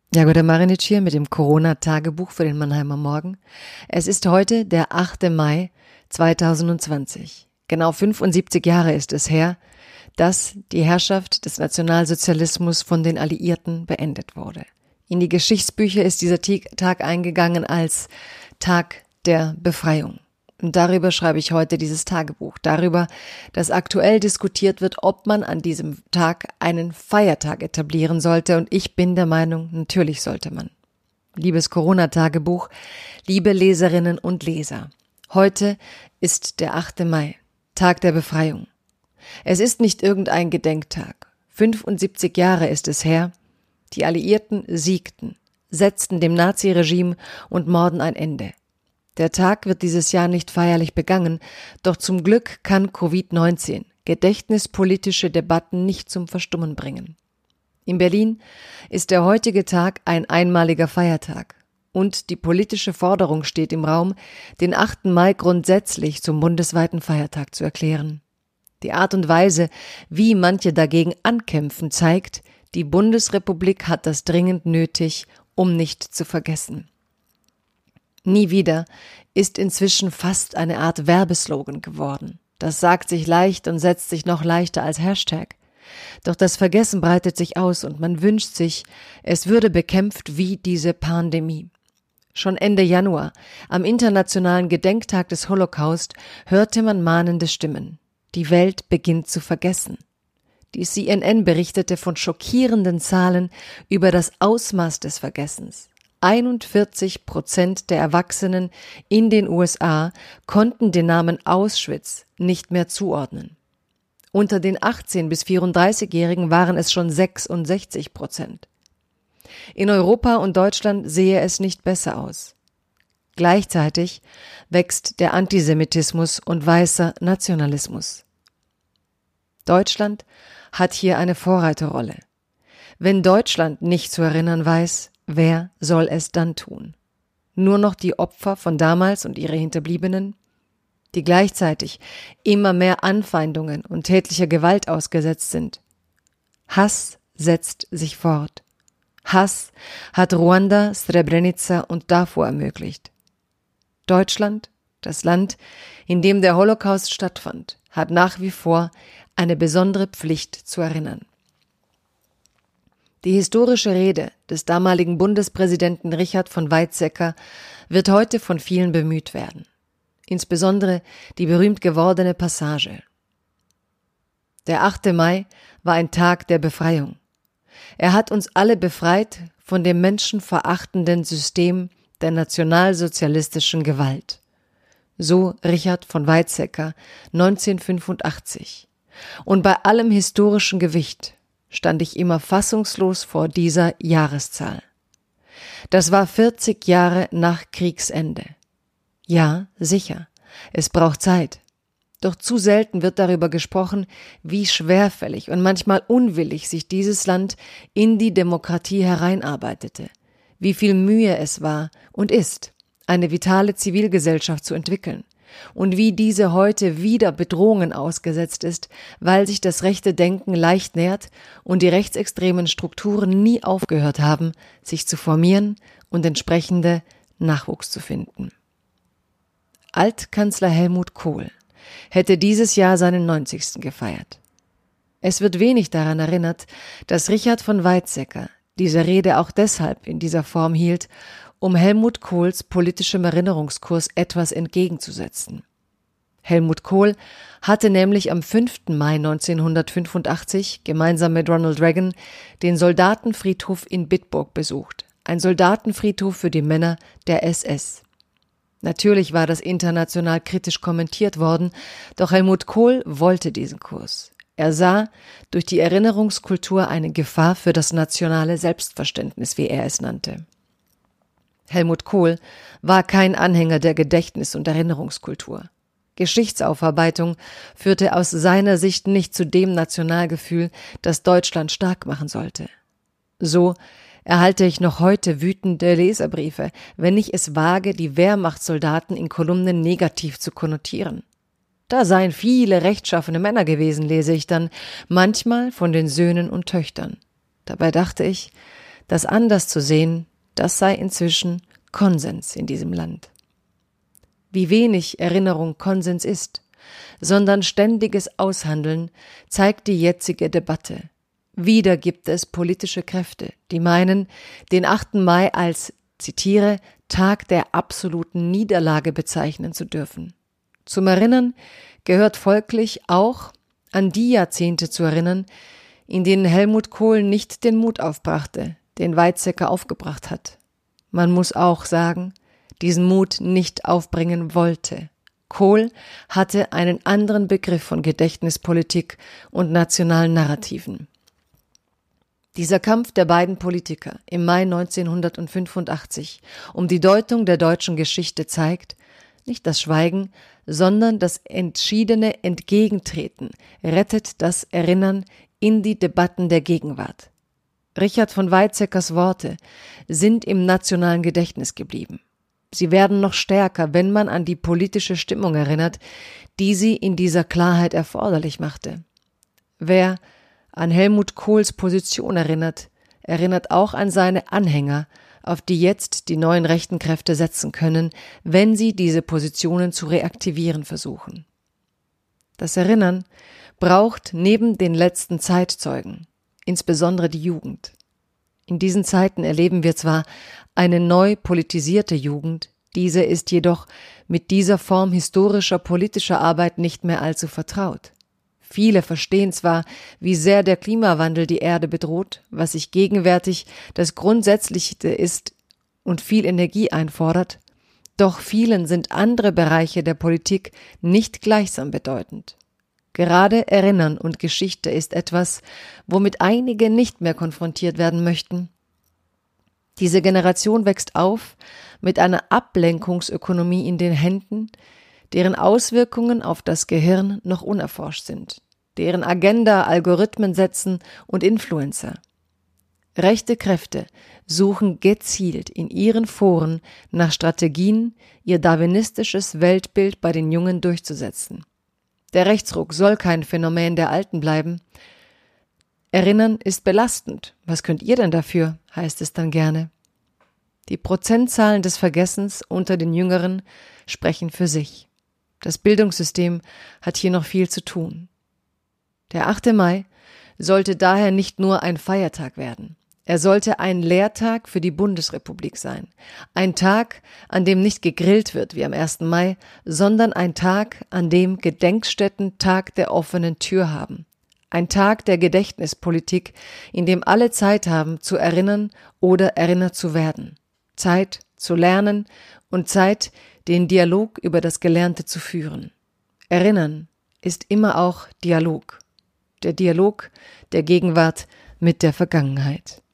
Jagoda Marinic hier mit dem Corona-Tagebuch für den Mannheimer Morgen. Es ist heute der 8. Mai 2020. Genau 75 Jahre ist es her, dass die Herrschaft des Nationalsozialismus von den Alliierten beendet wurde. In die Geschichtsbücher ist dieser Tag eingegangen als Tag der Befreiung. Und darüber schreibe ich heute dieses Tagebuch, darüber, dass aktuell diskutiert wird, ob man an diesem Tag einen Feiertag etablieren sollte. Und ich bin der Meinung, natürlich sollte man. Liebes Corona-Tagebuch, liebe Leserinnen und Leser, heute ist der 8. Mai, Tag der Befreiung. Es ist nicht irgendein Gedenktag. 75 Jahre ist es her, die Alliierten siegten, setzten dem Naziregime und Morden ein Ende. Der Tag wird dieses Jahr nicht feierlich begangen, doch zum Glück kann Covid-19 gedächtnispolitische Debatten nicht zum Verstummen bringen. In Berlin ist der heutige Tag ein einmaliger Feiertag und die politische Forderung steht im Raum, den 8. Mai grundsätzlich zum bundesweiten Feiertag zu erklären. Die Art und Weise, wie manche dagegen ankämpfen, zeigt, die Bundesrepublik hat das dringend nötig, um nicht zu vergessen. Nie wieder ist inzwischen fast eine Art Werbeslogan geworden. Das sagt sich leicht und setzt sich noch leichter als Hashtag. Doch das Vergessen breitet sich aus und man wünscht sich, es würde bekämpft wie diese Pandemie. Schon Ende Januar, am internationalen Gedenktag des Holocaust, hörte man mahnende Stimmen. Die Welt beginnt zu vergessen. Die CNN berichtete von schockierenden Zahlen über das Ausmaß des Vergessens. 41% der Erwachsenen in den USA konnten den Namen Auschwitz nicht mehr zuordnen. Unter den 18- bis 34-Jährigen waren es schon 66%. In Europa und Deutschland sehe es nicht besser aus. Gleichzeitig wächst der Antisemitismus und weißer Nationalismus. Deutschland hat hier eine Vorreiterrolle. Wenn Deutschland nicht zu erinnern weiß, wer soll es dann tun? Nur noch die Opfer von damals und ihre Hinterbliebenen, die gleichzeitig immer mehr Anfeindungen und tätlicher Gewalt ausgesetzt sind. Hass setzt sich fort. Hass hat Ruanda, Srebrenica und Darfur ermöglicht. Deutschland, das Land, in dem der Holocaust stattfand, hat nach wie vor eine besondere Pflicht zu erinnern. Die historische Rede des damaligen Bundespräsidenten Richard von Weizsäcker wird heute von vielen bemüht werden. Insbesondere die berühmt gewordene Passage. Der 8. Mai war ein Tag der Befreiung. Er hat uns alle befreit von dem menschenverachtenden System der nationalsozialistischen Gewalt. So Richard von Weizsäcker 1985. Und bei allem historischen Gewicht stand ich immer fassungslos vor dieser Jahreszahl. Das war 40 Jahre nach Kriegsende. Ja, sicher, es braucht Zeit. Doch zu selten wird darüber gesprochen, wie schwerfällig und manchmal unwillig sich dieses Land in die Demokratie hereinarbeitete, wie viel Mühe es war und ist, eine vitale Zivilgesellschaft zu entwickeln. Und wie diese heute wieder Bedrohungen ausgesetzt ist, weil sich das rechte Denken leicht nährt und die rechtsextremen Strukturen nie aufgehört haben, sich zu formieren und entsprechende Nachwuchs zu finden. Altkanzler Helmut Kohl hätte dieses Jahr seinen 90. gefeiert. Es wird wenig daran erinnert, dass Richard von Weizsäcker diese Rede auch deshalb in dieser Form hielt, um Helmut Kohls politischem Erinnerungskurs etwas entgegenzusetzen. Helmut Kohl hatte nämlich am 5. Mai 1985 gemeinsam mit Ronald Reagan den Soldatenfriedhof in Bitburg besucht, ein Soldatenfriedhof für die Männer der SS. Natürlich war das international kritisch kommentiert worden, doch Helmut Kohl wollte diesen Kurs. Er sah durch die Erinnerungskultur eine Gefahr für das nationale Selbstverständnis, wie er es nannte. Helmut Kohl war kein Anhänger der Gedächtnis- und Erinnerungskultur. Geschichtsaufarbeitung führte aus seiner Sicht nicht zu dem Nationalgefühl, das Deutschland stark machen sollte. So erhalte ich noch heute wütende Leserbriefe, wenn ich es wage, die Wehrmachtssoldaten in Kolumnen negativ zu konnotieren. Da seien viele rechtschaffene Männer gewesen, lese ich dann, manchmal von den Söhnen und Töchtern. Dabei dachte ich, Das anders zu sehen, das sei inzwischen Konsens in diesem Land. Wie wenig Erinnerung Konsens ist, sondern ständiges Aushandeln, zeigt die jetzige Debatte. Wieder gibt es politische Kräfte, die meinen, den 8. Mai als, zitiere, Tag der absoluten Niederlage bezeichnen zu dürfen. Zum Erinnern gehört folglich auch, an die Jahrzehnte zu erinnern, in denen Helmut Kohl nicht den Mut aufbrachte, den Weizsäcker aufgebracht hat. Man muss auch sagen, diesen Mut nicht aufbringen wollte. Kohl hatte einen anderen Begriff von Gedächtnispolitik und nationalen Narrativen. Dieser Kampf der beiden Politiker im Mai 1985 um die Deutung der deutschen Geschichte zeigt, nicht das Schweigen, sondern das entschiedene Entgegentreten rettet das Erinnern in die Debatten der Gegenwart. Richard von Weizsäckers Worte sind im nationalen Gedächtnis geblieben. Sie werden noch stärker, wenn man an die politische Stimmung erinnert, die sie in dieser Klarheit erforderlich machte. Wer an Helmut Kohls Position erinnert, erinnert auch an seine Anhänger, auf die jetzt die neuen rechten Kräfte setzen können, wenn sie diese Positionen zu reaktivieren versuchen. Das Erinnern braucht neben den letzten Zeitzeugen, insbesondere die Jugend. In diesen Zeiten erleben wir zwar eine neu politisierte Jugend, diese ist jedoch mit dieser Form historischer politischer Arbeit nicht mehr allzu vertraut. Viele verstehen zwar, wie sehr der Klimawandel die Erde bedroht, was sich gegenwärtig das Grundsätzlichste ist und viel Energie einfordert, doch vielen sind andere Bereiche der Politik nicht gleichsam bedeutend. Gerade Erinnern und Geschichte ist etwas, womit einige nicht mehr konfrontiert werden möchten. Diese Generation wächst auf mit einer Ablenkungsökonomie in den Händen, deren Auswirkungen auf das Gehirn noch unerforscht sind, deren Agenda Algorithmen setzen und Influencer. Rechte Kräfte suchen gezielt in ihren Foren nach Strategien, ihr darwinistisches Weltbild bei den Jungen durchzusetzen. Der Rechtsruck soll kein Phänomen der Alten bleiben. Erinnern ist belastend. Was könnt ihr denn dafür, heißt es dann gerne. Die Prozentzahlen des Vergessens unter den Jüngeren sprechen für sich. Das Bildungssystem hat hier noch viel zu tun. Der 8. Mai sollte daher nicht nur ein Feiertag werden. Er sollte ein Lehrtag für die Bundesrepublik sein. Ein Tag, an dem nicht gegrillt wird wie am 1. Mai, sondern ein Tag, an dem Gedenkstätten Tag der offenen Tür haben. Ein Tag der Gedächtnispolitik, in dem alle Zeit haben, zu erinnern oder erinnert zu werden. Zeit zu lernen und Zeit, den Dialog über das Gelernte zu führen. Erinnern ist immer auch Dialog. Der Dialog der Gegenwart mit der Vergangenheit.